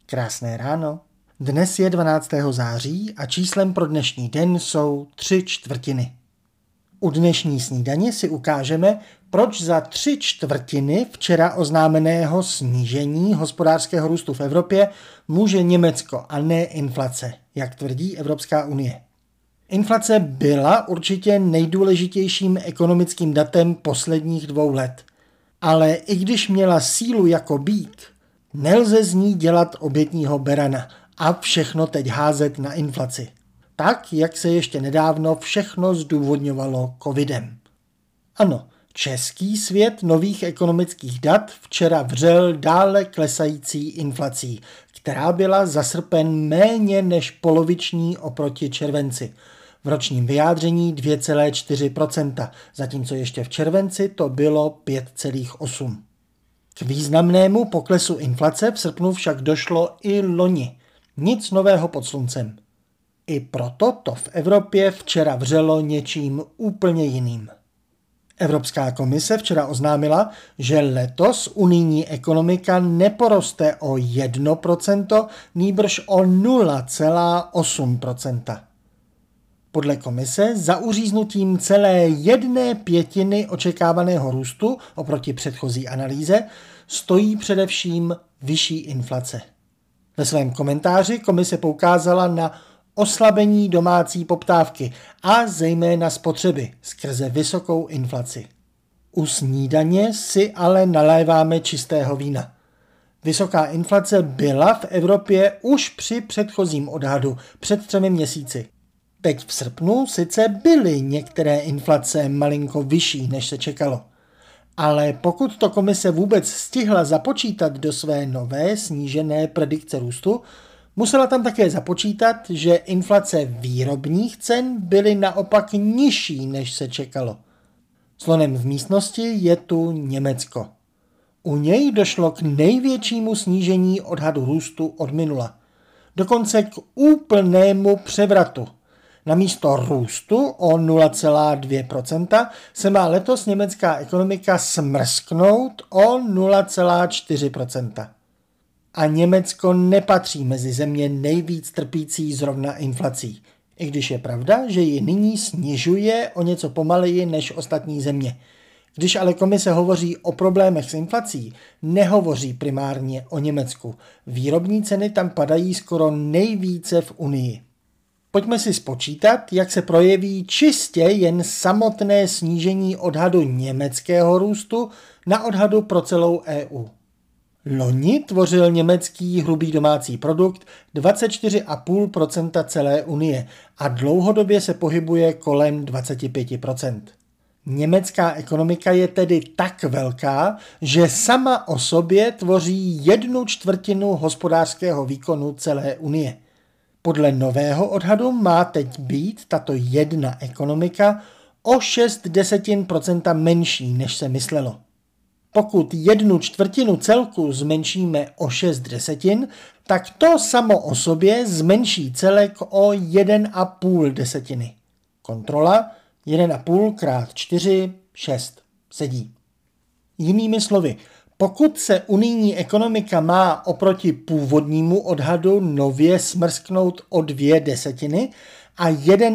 Krásné ráno. Dnes je 12. září a číslem pro dnešní den jsou 3/4. U dnešní snídaně si ukážeme, proč za 3/4 včera oznámeného snížení hospodářského růstu v Evropě může Německo a ne inflace, jak tvrdí Evropská unie. Inflace byla určitě nejdůležitějším ekonomickým datem posledních 2 let. Ale i když měla sílu jako býk, nelze z ní dělat obětního berana a všechno teď házet na inflaci. Tak, jak se ještě nedávno všechno zdůvodňovalo covidem. Ano, český svět nových ekonomických dat včera vřel dále klesající inflací, která byla za srpen méně než poloviční oproti červenci. V ročním vyjádření 2,4%, zatímco ještě v červenci to bylo 5,8%. K významnému poklesu inflace v srpnu však došlo i loni. Nic nového pod sluncem. I proto to v Evropě včera vřelo něčím úplně jiným. Evropská komise včera oznámila, že letos unijní ekonomika neporoste o 1%, nýbrž o 0,8%. Podle komise za uříznutím celé 1/5 očekávaného růstu oproti předchozí analýze stojí především vyšší inflace. Ve svém komentáři komise poukázala na oslabení domácí poptávky a zejména spotřeby skrze vysokou inflaci. U snídaně si ale naléváme čistého vína. Vysoká inflace byla v Evropě už při předchozím odhadu před 3 měsíci. Teď v srpnu sice byly některé inflace malinko vyšší, než se čekalo. Ale pokud to komise vůbec stihla započítat do své nové snížené predikce růstu, musela tam také započítat, že inflace výrobních cen byly naopak nižší, než se čekalo. Slonem v místnosti je tu Německo. U něj došlo k největšímu snížení odhadu růstu od minula. Dokonce k úplnému převratu. Namísto růstu o 0,2% se má letos německá ekonomika smrsknout o 0,4%. A Německo nepatří mezi země nejvíc trpící zrovna inflací. I když je pravda, že ji nyní snižuje o něco pomaleji než ostatní země. Když ale komise hovoří o problémech s inflací, nehovoří primárně o Německu. Výrobní ceny tam padají skoro nejvíce v Unii. Pojďme si spočítat, jak se projeví čistě jen samotné snížení odhadu německého růstu na odhadu pro celou EU. Loni tvořil německý hrubý domácí produkt 24,5% celé Unie a dlouhodobě se pohybuje kolem 25%. Německá ekonomika je tedy tak velká, že sama o sobě tvoří 1/4 hospodářského výkonu celé Unie. Podle nového odhadu má teď být tato jedna ekonomika o 0,6% menší, než se myslelo. Pokud 1/4 celku zmenšíme o 0,6, tak to samo o sobě zmenší celek o 1,5. Kontrola 1,5 krát 4, 6. Sedí. Jinými slovy, pokud se unijní ekonomika má oproti původnímu odhadu nově smrsknout o 0,2 a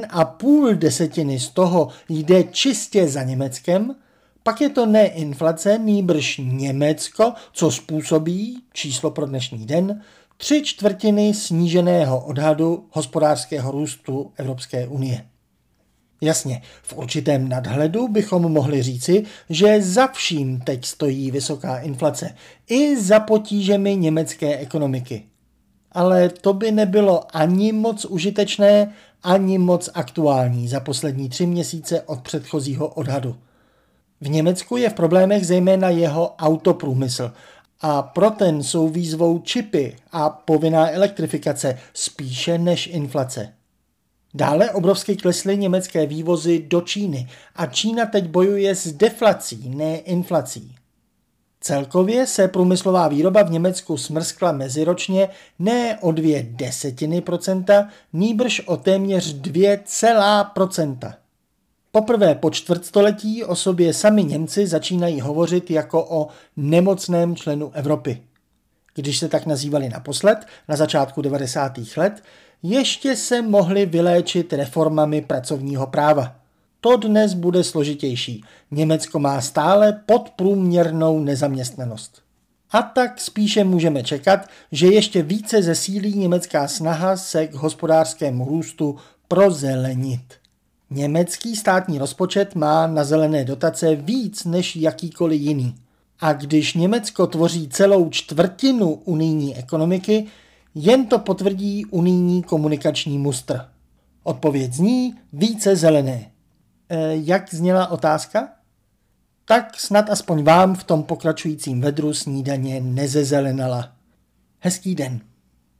1,5 z toho jde čistě za Německem, pak je to ne inflace, nýbrž Německo, co způsobí, číslo pro dnešní den, 3/4 sníženého odhadu hospodářského růstu Evropské unie. Jasně, v určitém nadhledu bychom mohli říci, že za vším teď stojí vysoká inflace, i za potížemi německé ekonomiky. Ale to by nebylo ani moc užitečné, ani moc aktuální za poslední 3 měsíce od předchozího odhadu. V Německu je v problémech zejména jeho autoprůmysl a pro ten jsou výzvou čipy a povinná elektrifikace spíše než inflace. Dále obrovsky klesly německé vývozy do Číny a Čína teď bojuje s deflací, ne inflací. Celkově se průmyslová výroba v Německu smrskla meziročně ne o 0,2%, nýbrž o téměř 2,%. Poprvé po čtvrtstoletí o sobě sami Němci začínají hovořit jako o nemocném členu Evropy. Když se tak nazývali naposled, na začátku 90. let, ještě se mohli vyléčit reformami pracovního práva. To dnes bude složitější. Německo má stále podprůměrnou nezaměstnanost. A tak spíše můžeme čekat, že ještě více zesílí německá snaha se k hospodářskému růstu prozelenit. Německý státní rozpočet má na zelené dotace víc než jakýkoliv jiný. A když Německo tvoří celou čtvrtinu unijní ekonomiky, jen to potvrdí unijní komunikační mustr. Odpověď zní více zelené. Jak zněla otázka? Tak snad aspoň vám v tom pokračujícím vedru snídaně nezezelenala. Hezký den.